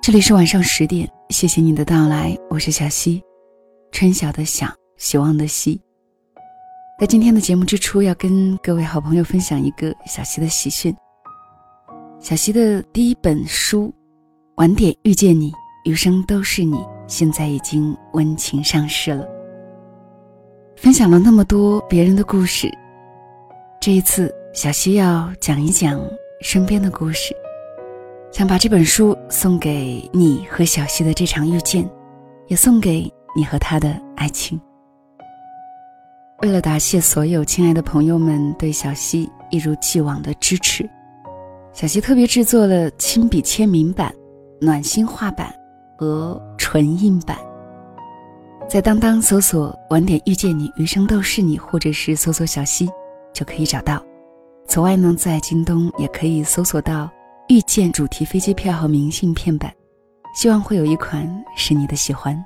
这里是晚上10点，谢谢你的到来，我是小溪，春晓的晓，希望的希。在今天的节目之初，要跟各位好朋友分享一个小溪的喜讯。小溪的第一本书《晚点遇见你，余生都是你》现在已经温情上市了。分享了那么多别人的故事，这一次小溪要讲一讲身边的故事，想把这本书送给你和小溪的这场遇见，也送给你和他的爱情。为了答谢所有亲爱的朋友们对小溪一如既往的支持，小溪特别制作了亲笔签名版、暖心画版和纯印版。在当当搜索晚点遇见你，余生都是你，或者是搜索小溪就可以找到。此外呢，在京东也可以搜索到遇见主题飞机票和明信片版，希望会有一款是你的喜欢。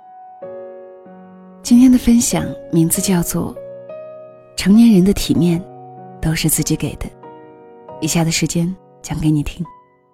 今天的分享名字叫做成年人的体面都是自己给的，以下的时间讲给你听。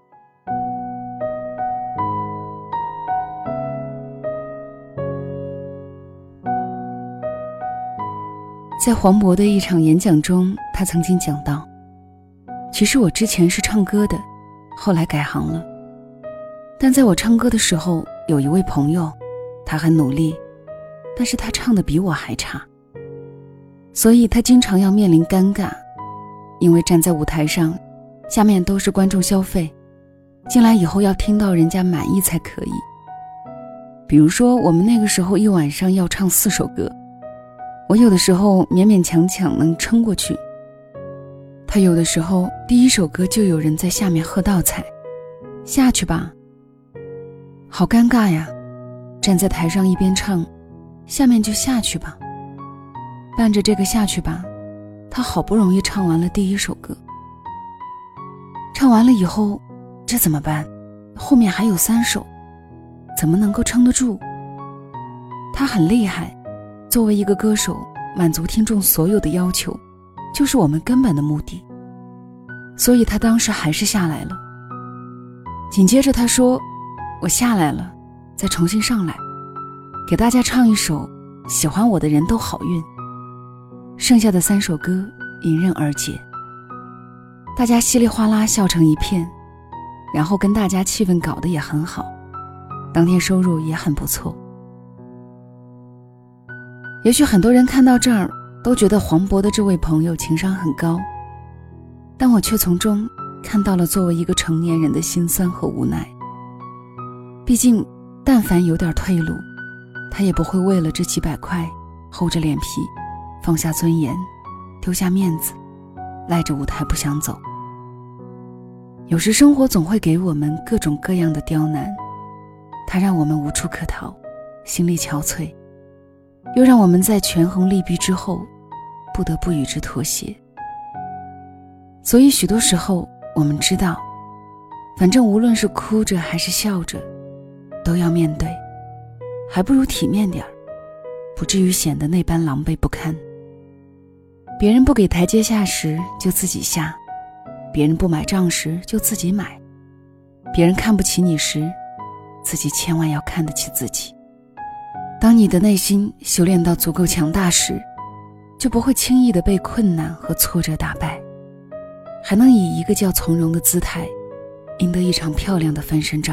在黄渤的一场演讲中，他曾经讲到，其实我之前是唱歌的，后来改行了，但在我唱歌的时候，有一位朋友，他很努力，但是他唱得比我还差，所以他经常要面临尴尬，因为站在舞台上，下面都是观众消费，进来以后要听到人家满意才可以。比如说我们那个时候一晚上要唱4首歌，我有的时候勉勉强强能撑过去，他有的时候第1首歌就有人在下面喝倒彩，下去吧，好尴尬呀，站在台上一边唱，下面就下去吧。伴着这个下去吧，他好不容易唱完了第1首歌，唱完了以后，这怎么办？后面还有3首，怎么能够撑得住？他很厉害，作为一个歌手，满足听众所有的要求，就是我们根本的目的，所以他当时还是下来了。紧接着他说，我下来了，再重新上来，给大家唱一首喜欢我的人都好运。剩下的3首歌迎刃而解，大家稀里哗啦笑成一片，然后跟大家气氛搞得也很好，当天收入也很不错。也许很多人看到这儿都觉得黄渤的这位朋友情商很高，但我却从中看到了作为一个成年人的心酸和无奈。毕竟但凡有点退路，他也不会为了这几百块厚着脸皮放下尊严，丢下面子，赖着舞台不想走。有时生活总会给我们各种各样的刁难，它让我们无处可逃，心力憔悴，又让我们在权衡利弊之后不得不与之妥协。所以许多时候我们知道，反正无论是哭着还是笑着都要面对，还不如体面点儿，不至于显得那般狼狈不堪。别人不给台阶下时就自己下，别人不买账时就自己买，别人看不起你时，自己千万要看得起自己。当你的内心修炼到足够强大时，就不会轻易地被困难和挫折打败，还能以一个较从容的姿态赢得一场漂亮的翻身仗。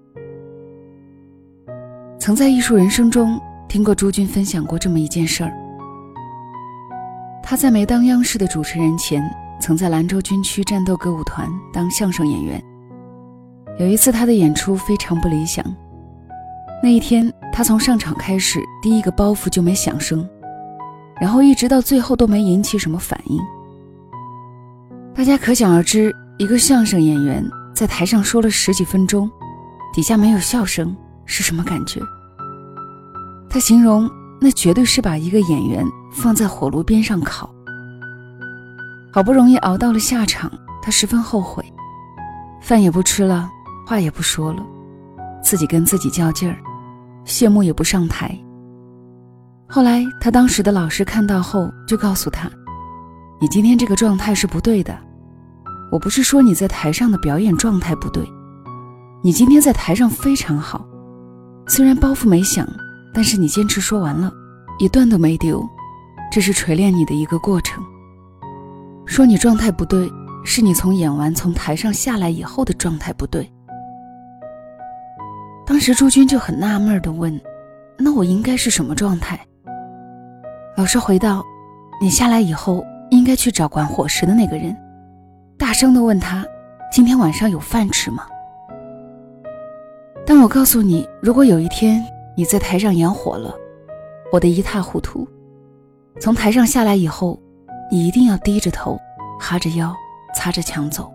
曾在艺术人生中听过朱军分享过这么一件事儿。他在没当央视的主持人前，曾在兰州军区战斗歌舞团当相声演员。有一次他的演出非常不理想，那一天他从上场开始第1个包袱就没响声，然后一直到最后都没引起什么反应。大家可想而知，一个相声演员在台上说了10几分钟，底下没有笑声是什么感觉。他形容那绝对是把一个演员放在火炉边上烤。好不容易熬到了下场，他十分后悔，饭也不吃了，话也不说了，自己跟自己较劲儿，谢幕也不上台。后来他当时的老师看到后就告诉他，你今天这个状态是不对的，我不是说你在台上的表演状态不对， 你今天在台上非常好，虽然包袱没响，但是你坚持说完了，一段都没丢，这是锤炼你的一个过程。说你状态不对，是你从演完从台上下来以后的状态不对。当时朱军就很纳闷地问，那我应该是什么状态？老师回道，你下来以后应该去找管伙食的那个人，大声地问他，今天晚上有饭吃吗？但我告诉你，如果有一天你在台上演火了，火得一塌糊涂，从台上下来以后，你一定要低着头，哈着腰，擦着墙走。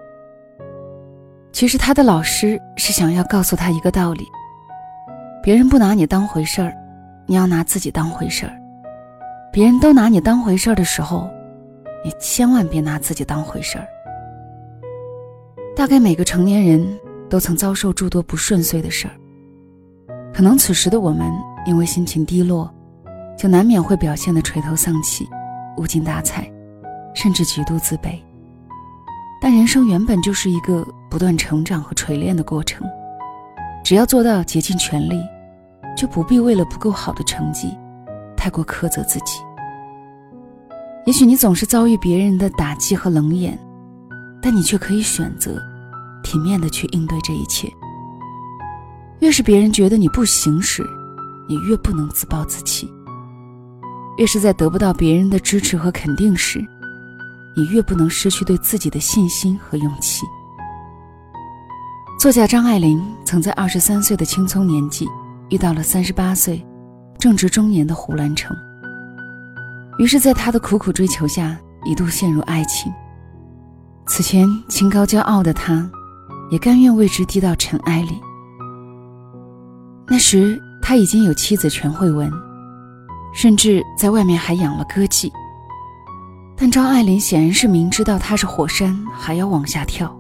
其实他的老师是想要告诉他一个道理，别人不拿你当回事儿，你要拿自己当回事儿。别人都拿你当回事儿的时候，你千万别拿自己当回事儿。大概每个成年人都曾遭受诸多不顺遂的事儿，可能此时的我们因为心情低落，就难免会表现得垂头丧气，无精打采，甚至极度自卑。但人生原本就是一个不断成长和锤炼的过程，只要做到竭尽全力，就不必为了不够好的成绩太过苛责自己。也许你总是遭遇别人的打击和冷眼，但你却可以选择体面地去应对这一切。越是别人觉得你不行时，你越不能自暴自弃；越是在得不到别人的支持和肯定时，你越不能失去对自己的信心和勇气。作家张爱玲曾在23岁的青葱年纪遇到了38岁正值中年的胡兰成，于是在他的苦苦追求下一度陷入爱情。此前清高骄傲的他也甘愿为之低到尘埃里。那时他已经有妻子全慧文，甚至在外面还养了歌妓，但张爱玲显然是明知道他是火山还要往下跳。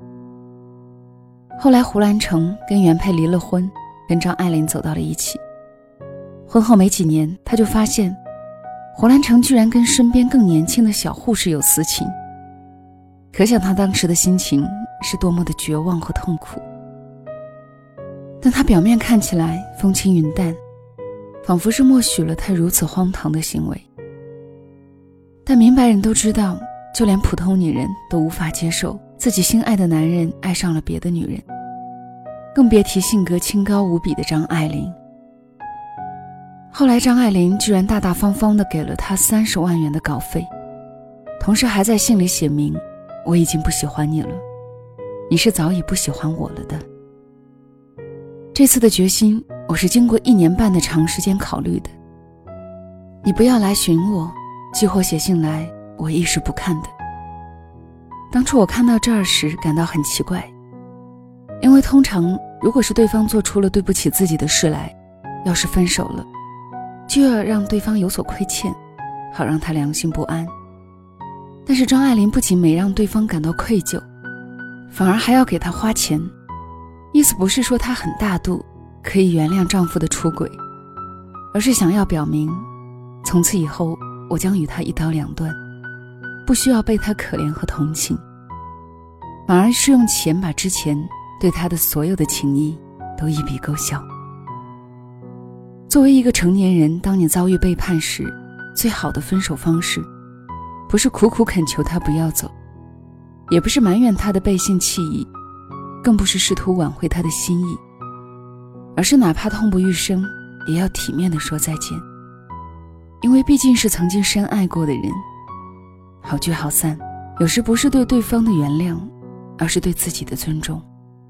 后来胡兰成跟原配离了婚，跟张爱玲走到了一起。婚后没几年，他就发现胡兰成居然跟身边更年轻的小护士有私情，可想他当时的心情是多么的绝望和痛苦。但他表面看起来风轻云淡，仿佛是默许了他如此荒唐的行为。但明白人都知道，就连普通女人都无法接受自己心爱的男人爱上了别的女人，更别提性格清高无比的张爱玲。后来张爱玲居然大大方方地给了他30万元的稿费，同时还在信里写明，我已经不喜欢你了，你是早已不喜欢我了的。这次的决心，我是经过1年半的长时间考虑的。你不要来寻我，寄或写信来，我亦是不看的。当初我看到这儿时感到很奇怪，因为通常如果是对方做出了对不起自己的事来，要是分手了，就要让对方有所亏欠，好让他良心不安。但是张爱玲不仅没让对方感到愧疚，反而还要给他花钱，意思不是说她很大度，可以原谅丈夫的出轨，而是想要表明，从此以后我将与他一刀两断，不需要被他可怜和同情，反而是用钱把之前对他的所有的情谊都一笔勾销。作为一个成年人，当你遭遇背叛时，最好的分手方式不是苦苦恳求他不要走，也不是埋怨他的背信弃义，更不是试图挽回他的心意，而是哪怕痛不欲生，也要体面地说再见。因为毕竟是曾经深爱过的人，好聚好散，有时不是对对方的原谅，而是对自己的尊重。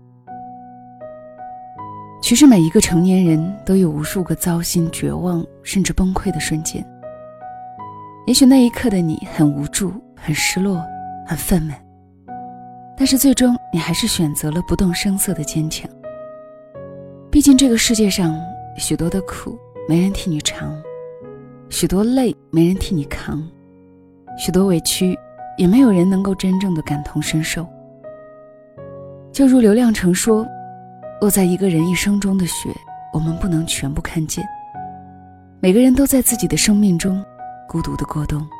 其实每一个成年人都有无数个糟心、绝望甚至崩溃的瞬间，也许那一刻的你很无助、很失落、很愤懑，但是最终你还是选择了不动声色的坚强。毕竟这个世界上许多的苦没人替你尝，许多累没人替你扛，许多委屈也没有人能够真正的感同身受。就如刘亮程说，落在一个人一生中的雪，我们不能全部看见。每个人都在自己的生命中孤独的过冬。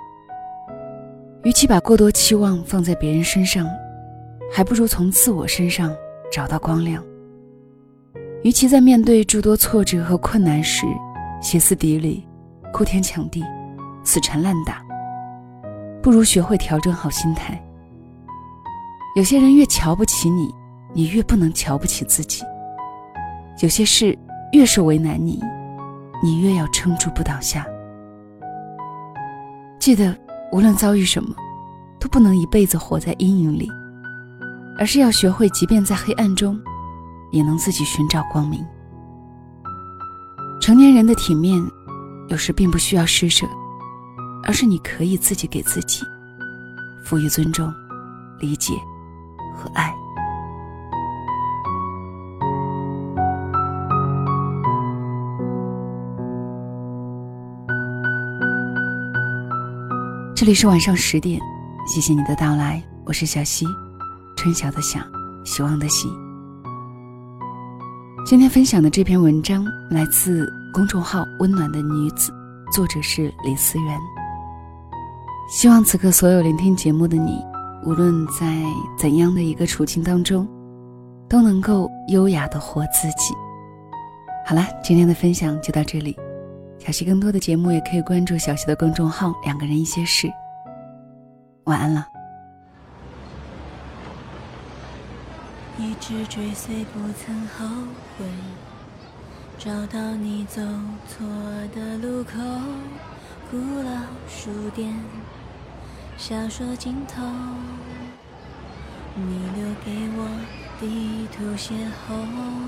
与其把过多期望放在别人身上，还不如从自我身上找到光亮。与其在面对诸多挫折和困难时歇斯底里、哭天抢地、死缠烂打，不如学会调整好心态。有些人越瞧不起你，你越不能瞧不起自己；有些事越是为难你，你越要撑住不倒下。记得无论遭遇什么，都不能一辈子活在阴影里，而是要学会即便在黑暗中也能自己寻找光明。成年人的体面有时并不需要施舍，而是你可以自己给自己赋予尊重、理解和爱。这里是晚上10点，谢谢你的到来，我是小溪，春晓的晓，希望的希。今天分享的这篇文章来自公众号温暖的女子，作者是李思源。希望此刻所有聆听节目的你，无论在怎样的一个处境当中，都能够优雅地活自己。好了，今天的分享就到这里，小溪更多的节目也可以关注小溪的公众号两个人一些事。晚安了。 一直追随不曾后悔，找到你走错的路口，古老书店，小说尽头，你留给我地图邂逅。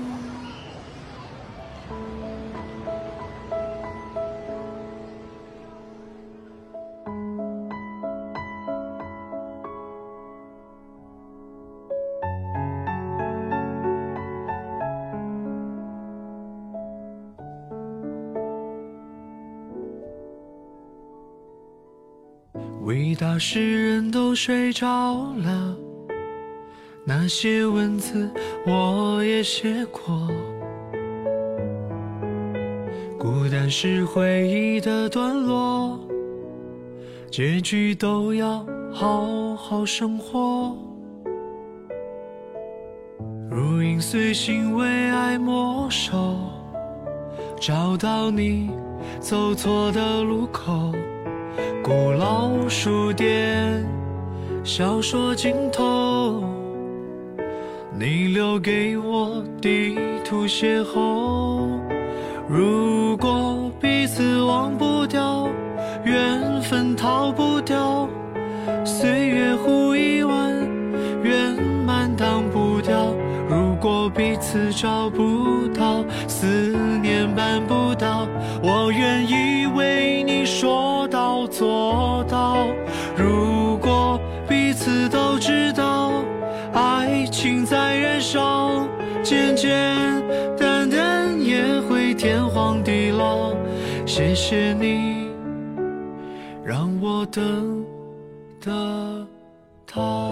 伟大诗人都睡着了，那些文字我也写过，孤单是回忆的段落，结局都要好好生活。如影随形为爱默守，找到你走错的路口，古老书店，小说尽头，你留给我地图邂逅。如果彼此忘不掉，缘分逃不掉，岁月忽一晚，圆满挡不掉。如果彼此找不到，思念办不到，我愿意为你说到做到。如果彼此都知道，爱情在燃烧，简简单单也会天荒地老。谢谢你让我等得到。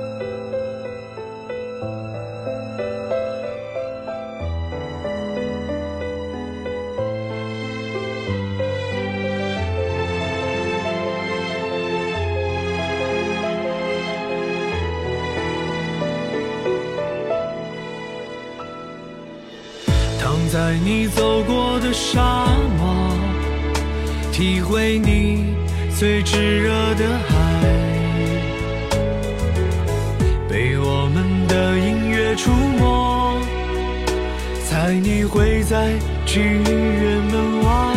在你走过的沙漠，体会你最炙热的爱，被我们的音乐触摸，猜你会在剧院门外，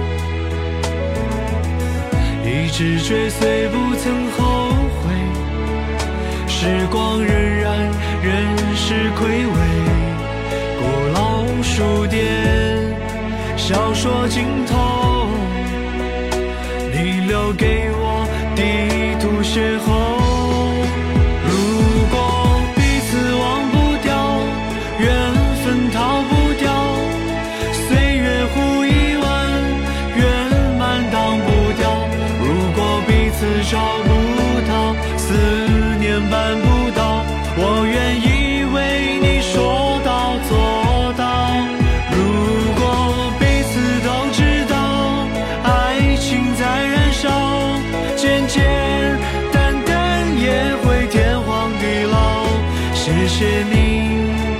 一直追随不曾后悔，时光荏苒，人事暌违，古老书店，小说尽头，你留给我地图邂逅。如果彼此忘不掉，缘分逃不掉，岁月忽一晚，圆满挡不掉。如果彼此找不到，思念办不到，我愿意为你说到做到。如果彼此都知道，爱情在燃烧，简简单单也会天荒地老。谢谢你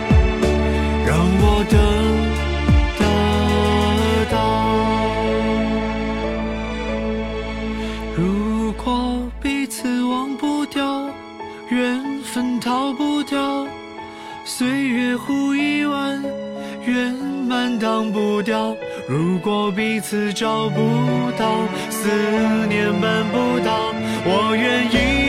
缘分逃不掉，岁月忽一晚，圆满挡不掉。如果彼此找不到，思念办不到，我愿意